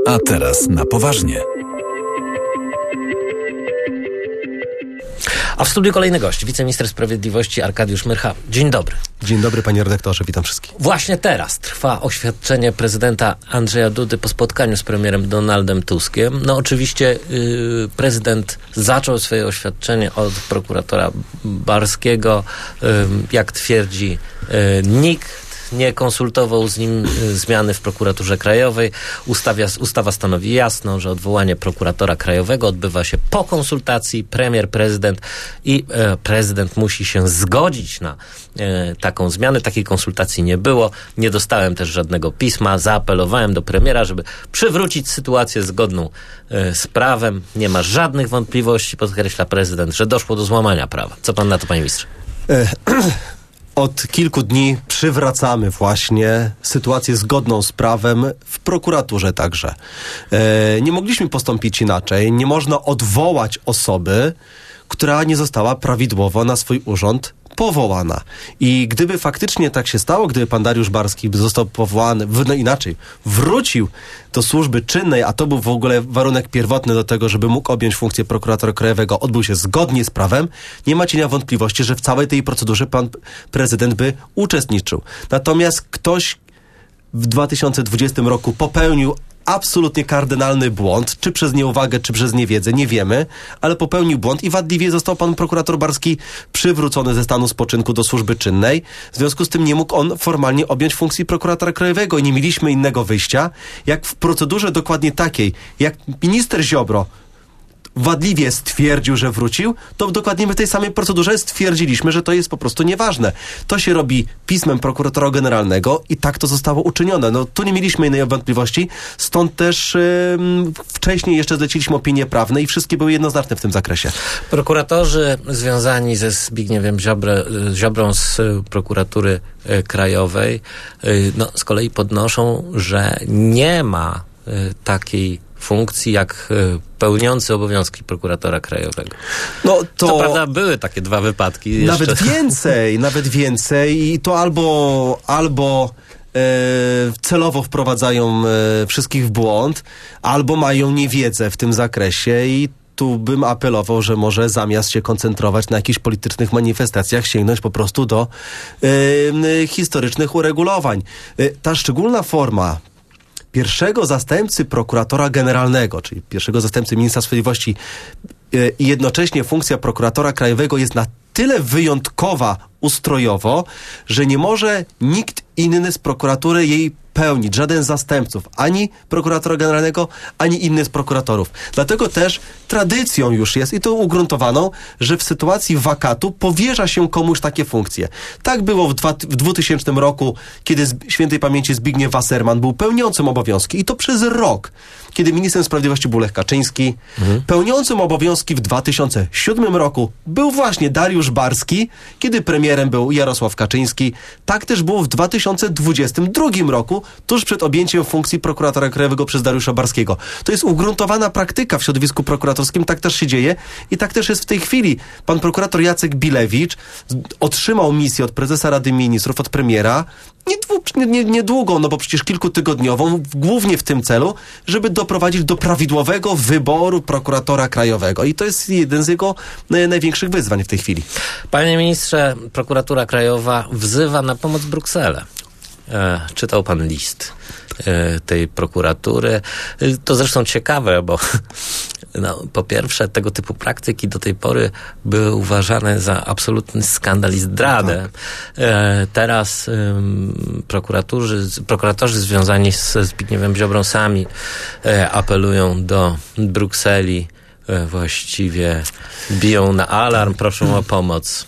A teraz na poważnie. A w studiu kolejny gość, wiceminister sprawiedliwości Arkadiusz Myrcha. Dzień dobry. Dzień dobry, panie redaktorze, witam wszystkich. Właśnie teraz trwa oświadczenie prezydenta Andrzeja Dudy po spotkaniu z premierem Donaldem Tuskiem. No oczywiście prezydent zaczął swoje oświadczenie od prokuratora Barskiego. Jak twierdzi nikt nie konsultował z nim zmiany w prokuraturze krajowej. Ustawa stanowi jasno, że odwołanie prokuratora krajowego odbywa się po konsultacji prezydent i prezydent musi się zgodzić na taką zmianę. Takiej konsultacji nie było. Nie dostałem też żadnego pisma. Zaapelowałem do premiera, żeby przywrócić sytuację zgodną z prawem. Nie ma żadnych wątpliwości, podkreśla prezydent, że doszło do złamania prawa. Co pan na to, panie ministrze? Od kilku dni przywracamy właśnie sytuację zgodną z prawem w prokuraturze także. Nie mogliśmy postąpić inaczej. Nie można odwołać osoby, która nie została prawidłowo na swój urząd powołana. I gdyby faktycznie tak się stało, gdyby pan Dariusz Barski został powołany, wrócił do służby czynnej, a to był w ogóle warunek pierwotny do tego, żeby mógł objąć funkcję prokuratora krajowego, odbył się zgodnie z prawem, nie ma cienia wątpliwości, że w całej tej procedurze pan prezydent by uczestniczył. Natomiast ktoś w 2020 roku popełnił absolutnie kardynalny błąd, czy przez nieuwagę, czy przez niewiedzę, nie wiemy, ale popełnił błąd i wadliwie został pan prokurator Barski przywrócony ze stanu spoczynku do służby czynnej. W związku z tym nie mógł on formalnie objąć funkcji prokuratora krajowego i nie mieliśmy innego wyjścia, jak w procedurze dokładnie takiej, jak minister Ziobro wadliwie stwierdził, że wrócił, to dokładnie w tej samej procedurze stwierdziliśmy, że to jest po prostu nieważne. To się robi pismem prokuratora generalnego i tak to zostało uczynione. No tu nie mieliśmy innej wątpliwości, stąd też wcześniej jeszcze zleciliśmy opinie prawne i wszystkie były jednoznaczne w tym zakresie. Prokuratorzy związani ze Zbigniewem Ziobrą z prokuratury krajowej z kolei podnoszą, że nie ma takiej funkcji jak pełniący obowiązki prokuratora krajowego. No to co prawda były takie dwa wypadki. Nawet więcej i to albo celowo wprowadzają wszystkich w błąd, albo mają niewiedzę w tym zakresie i tu bym apelował, że może zamiast się koncentrować na jakichś politycznych manifestacjach, sięgnąć po prostu do historycznych uregulowań. Ta szczególna forma pierwszego zastępcy prokuratora generalnego, czyli pierwszego zastępcy ministra sprawiedliwości i jednocześnie funkcja prokuratora krajowego jest na tyle wyjątkowa ustrojowo, że nie może nikt inny z prokuratury jej pełnić, żaden z zastępców, ani prokuratora generalnego, ani inny z prokuratorów. Dlatego też tradycją już jest, i to ugruntowaną, że w sytuacji wakatu powierza się komuś takie funkcje. Tak było w 2000 roku, kiedy świętej pamięci Zbigniew Wasserman był pełniącym obowiązki i to przez rok, kiedy ministrem sprawiedliwości był Lech Kaczyński. Pełniącym obowiązki w 2007 roku był właśnie Dariusz Barski, kiedy premierem był Jarosław Kaczyński. Tak też było w 2022 roku, tuż przed objęciem funkcji prokuratora krajowego przez Dariusza Barskiego. To jest ugruntowana praktyka w środowisku prokuratorskim, tak też się dzieje i tak też jest w tej chwili. Pan prokurator Jacek Bilewicz otrzymał misję od prezesa Rady Ministrów, od premiera, niedługą, no bo przecież kilkutygodniową, głównie w tym celu, żeby doprowadzić do prawidłowego wyboru prokuratora krajowego. I to jest jeden z jego największych wyzwań w tej chwili. Panie ministrze, prokuratura krajowa wzywa na pomoc Brukselę. Czytał pan list tej prokuratury. To zresztą ciekawe, bo po pierwsze tego typu praktyki do tej pory były uważane za absolutny skandal i zdradę. Teraz prokuratorzy związani ze Zbigniewem Ziobrą sami apelują do Brukseli, właściwie biją na alarm, proszą o pomoc.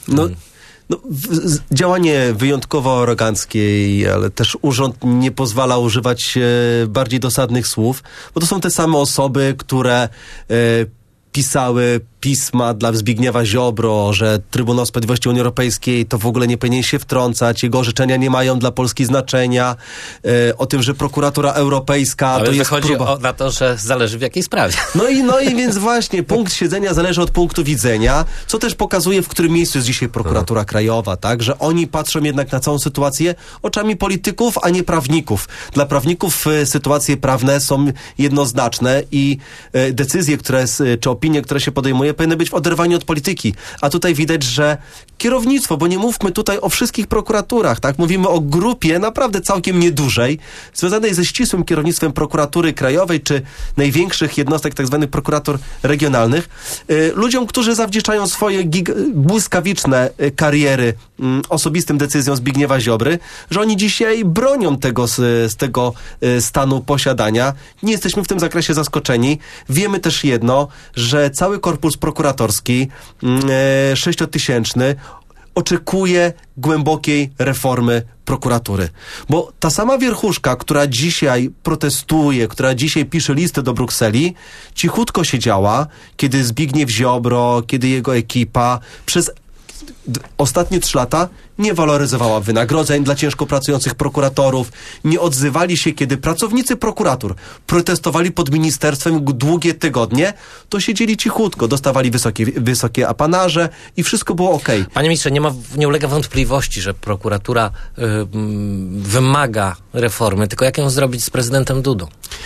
Działanie wyjątkowo aroganckie, ale też urząd nie pozwala używać bardziej dosadnych słów, bo to są te same osoby, które pisały pisma dla Zbigniewa Ziobro, że Trybunał Sprawiedliwości Unii Europejskiej to w ogóle nie powinien się wtrącać, jego orzeczenia nie mają dla Polski znaczenia, o tym, że prokuratura europejska Ale to jest wychodzi próba... na to, że zależy w jakiej sprawie. No i więc właśnie punkt siedzenia zależy od punktu widzenia, co też pokazuje, w którym miejscu jest dzisiaj prokuratura krajowa, tak, że oni patrzą jednak na całą sytuację oczami polityków, a nie prawników. Dla prawników sytuacje prawne są jednoznaczne i decyzje, czy opinie, które się podejmuje, powinny być w oderwaniu od polityki. A tutaj widać, że kierownictwo, bo nie mówmy tutaj o wszystkich prokuraturach, tak? Mówimy o grupie naprawdę całkiem niedużej, związanej ze ścisłym kierownictwem prokuratury krajowej, czy największych jednostek tak zwanych prokuratur regionalnych. Ludziom, którzy zawdzięczają swoje błyskawiczne kariery osobistym decyzjom Zbigniewa Ziobry, że oni dzisiaj bronią z tego stanu posiadania. Nie jesteśmy w tym zakresie zaskoczeni. Wiemy też jedno, że cały korpus prokuratorski 6-tysięczny oczekuje głębokiej reformy prokuratury. Bo ta sama wierchuszka, która dzisiaj protestuje, która dzisiaj pisze listy do Brukseli, cichutko siedziała, kiedy Zbigniew Ziobro, kiedy jego ekipa przez ostatnie 3 lata nie waloryzowała wynagrodzeń dla ciężko pracujących prokuratorów, nie odzywali się, kiedy pracownicy prokuratur protestowali pod ministerstwem długie tygodnie, to siedzieli cichutko, dostawali wysokie apanaże i wszystko było okej. Panie ministrze, nie ulega wątpliwości, że prokuratura wymaga reformy, tylko jak ją zrobić z prezydentem Dudą?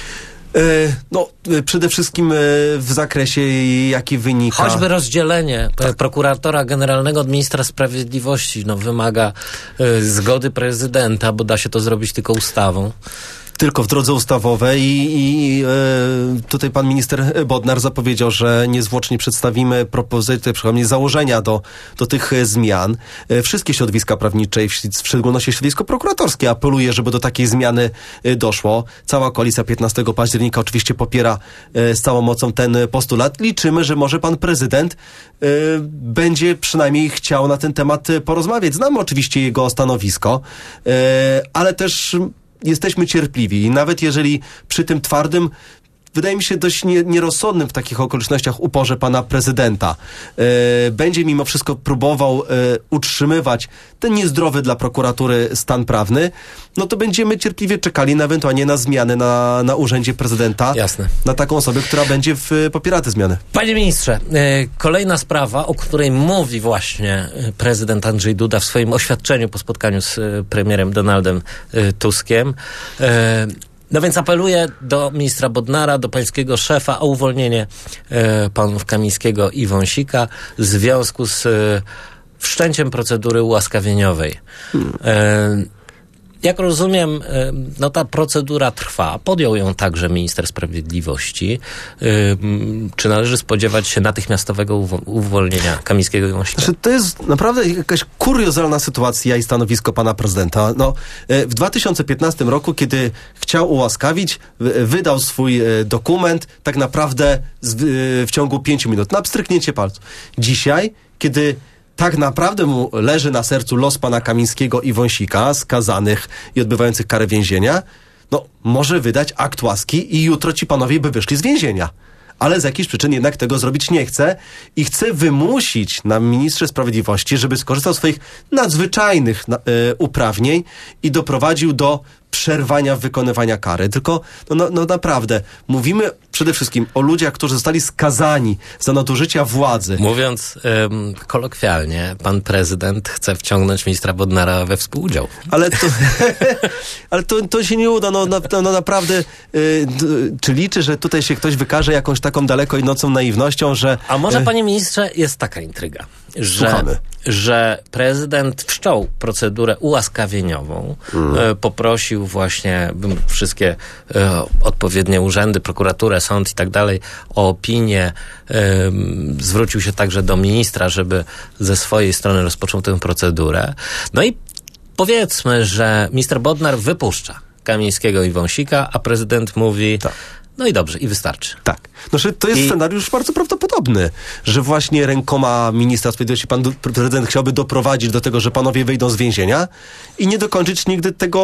Przede wszystkim w zakresie, jaki wynika... Choćby rozdzielenie prokuratora generalnego od ministra sprawiedliwości wymaga zgody prezydenta, bo da się to zrobić tylko ustawą. Tylko w drodze ustawowej i tutaj pan minister Bodnar zapowiedział, że niezwłocznie przedstawimy propozycje, przynajmniej założenia do tych zmian. Wszystkie środowiska prawnicze, w szczególności środowisko prokuratorskie, apeluje, żeby do takiej zmiany doszło. Cała koalicja 15 października oczywiście popiera z całą mocą ten postulat. Liczymy, że może pan prezydent będzie przynajmniej chciał na ten temat porozmawiać. Znamy oczywiście jego stanowisko, ale też jesteśmy cierpliwi i nawet jeżeli przy tym twardym, wydaje mi się dość nierozsądnym w takich okolicznościach uporze pana prezydenta będzie mimo wszystko próbował utrzymywać ten niezdrowy dla prokuratury stan prawny, no to będziemy cierpliwie czekali na ewentualnie na zmiany na urzędzie prezydenta. Jasne. Na taką osobę, która będzie popierała te zmiany. Panie ministrze, kolejna sprawa, o której mówi właśnie prezydent Andrzej Duda w swoim oświadczeniu po spotkaniu z premierem Donaldem Tuskiem. No więc apeluję do ministra Bodnara, do pańskiego szefa o uwolnienie panów Kamińskiego i Wąsika w związku z wszczęciem procedury ułaskawieniowej. Jak rozumiem, ta procedura trwa. Podjął ją także minister sprawiedliwości. Czy należy spodziewać się natychmiastowego uwolnienia Kamińskiego i Wąsika? To jest naprawdę jakaś kuriozalna sytuacja i stanowisko pana prezydenta. W 2015 roku, kiedy chciał ułaskawić, wydał swój dokument tak naprawdę w ciągu 5 minut, na pstryknięcie palców. Dzisiaj, kiedy tak naprawdę mu leży na sercu los pana Kamińskiego i Wąsika, skazanych i odbywających karę więzienia, może wydać akt łaski i jutro ci panowie by wyszli z więzienia. Ale z jakichś przyczyn jednak tego zrobić nie chce i chce wymusić na ministrze sprawiedliwości, żeby skorzystał z swoich nadzwyczajnych uprawnień i doprowadził do przerwania wykonywania kary. Tylko naprawdę mówimy przede wszystkim o ludziach, którzy zostali skazani za nadużycia władzy. Mówiąc kolokwialnie, pan prezydent chce wciągnąć ministra Bodnara we współudział. Ale to się nie uda. Naprawdę czy liczy, że tutaj się ktoś wykaże jakąś taką daleko idącą naiwnością, że... A może, panie ministrze, jest taka intryga, że prezydent wszczął procedurę ułaskawieniową, poprosił właśnie wszystkie odpowiednie urzędy, prokuraturę, sąd i tak dalej o opinię, zwrócił się także do ministra, żeby ze swojej strony rozpoczął tę procedurę. No i powiedzmy, że minister Bodnar wypuszcza Kamińskiego i Wąsika, a prezydent mówi... Tak. No i dobrze, i wystarczy. Tak. To jest scenariusz bardzo prawdopodobny, że właśnie rękoma ministra sprawiedliwości pan prezydent chciałby doprowadzić do tego, że panowie wyjdą z więzienia i nie dokończyć nigdy tego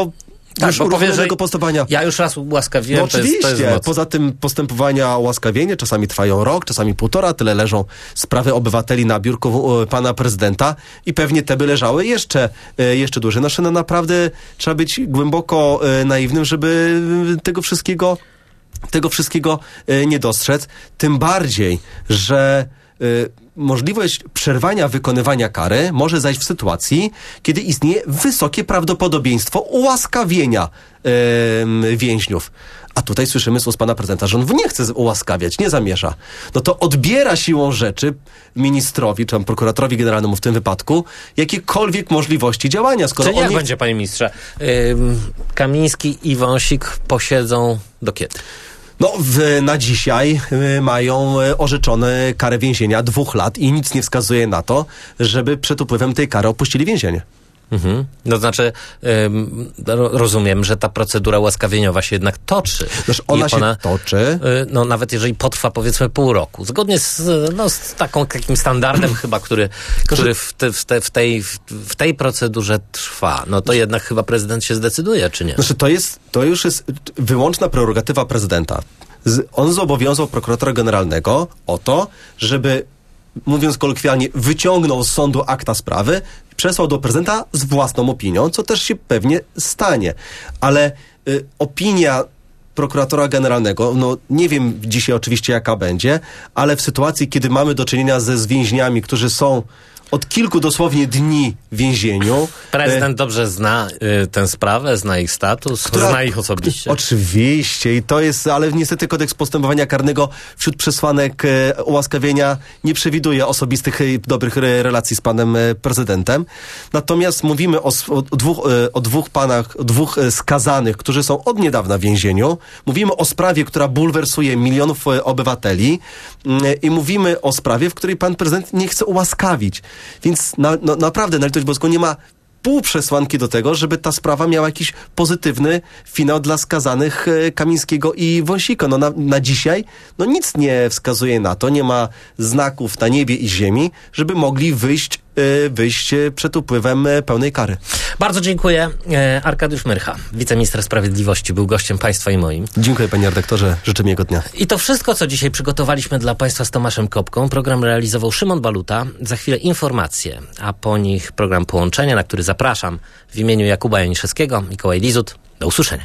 już uruchomionego postępowania. Ja już raz ułaskawiłem. No oczywiście. Poza tym postępowania o łaskawienie czasami trwają rok, czasami 1,5. Tyle leżą sprawy obywateli na biurku pana prezydenta i pewnie te by leżały jeszcze dłużej. Znaczy, no naprawdę trzeba być głęboko naiwnym, żeby tego wszystkiego nie dostrzec. Tym bardziej, że możliwość przerwania wykonywania kary może zajść w sytuacji, kiedy istnieje wysokie prawdopodobieństwo ułaskawienia więźniów. A tutaj słyszymy z ust pana prezydenta, że on nie chce ułaskawiać, nie zamierza. No to odbiera siłą rzeczy ministrowi, czy tam prokuratorowi generalnemu w tym wypadku, jakiekolwiek możliwości działania. Czyli jak będzie, panie ministrze? Kamiński i Wąsik posiedzą do kiedy? No, na dzisiaj mają orzeczone karę więzienia 2 lat i nic nie wskazuje na to, żeby przed upływem tej kary opuścili więzienie. Mhm. To znaczy, rozumiem, że ta procedura łaskawieniowa się jednak toczy. Znaczy ona się toczy. No nawet jeżeli potrwa powiedzmy pół roku. Zgodnie z takim standardem chyba, który w tej procedurze trwa. No to jednak chyba prezydent się zdecyduje, czy nie? Znaczy to już jest wyłączna prerogatywa prezydenta. On zobowiązał prokuratora generalnego o to, żeby, mówiąc kolokwialnie, wyciągnął z sądu akta sprawy, przesłał do prezydenta z własną opinią, co też się pewnie stanie. Ale opinia prokuratora generalnego, no nie wiem dzisiaj oczywiście jaka będzie, ale w sytuacji, kiedy mamy do czynienia z więźniami, którzy są od kilku dosłownie dni w więzieniu. Prezydent dobrze zna tę sprawę, zna ich status, zna ich osobiście. Oczywiście i to jest, ale niestety kodeks postępowania karnego wśród przesłanek ułaskawienia nie osobistych dobrych relacji z panem prezydentem. Natomiast mówimy o dwóch skazanych, którzy są od niedawna w więzieniu. Mówimy o sprawie, która bulwersuje milionów obywateli i mówimy o sprawie, w której pan prezydent nie chce ułaskawić. Więc naprawdę na litość boską nie ma pół przesłanki do tego, żeby ta sprawa miała jakiś pozytywny finał dla skazanych Kamińskiego i Wąsika. No na dzisiaj nic nie wskazuje na to, nie ma znaków na niebie i ziemi, żeby mogli wyjść przed upływem pełnej kary. Bardzo dziękuję. Arkadiusz Myrcha, wiceminister sprawiedliwości, był gościem państwa i moim. Dziękuję, panie redaktorze. Życzę miłego dnia. I to wszystko, co dzisiaj przygotowaliśmy dla państwa z Tomaszem Kopką. Program realizował Szymon Baluta. Za chwilę informacje, a po nich program Połączenia, na który zapraszam w imieniu Jakuba Janiszewskiego, Mikołaj Lizut. Do usłyszenia.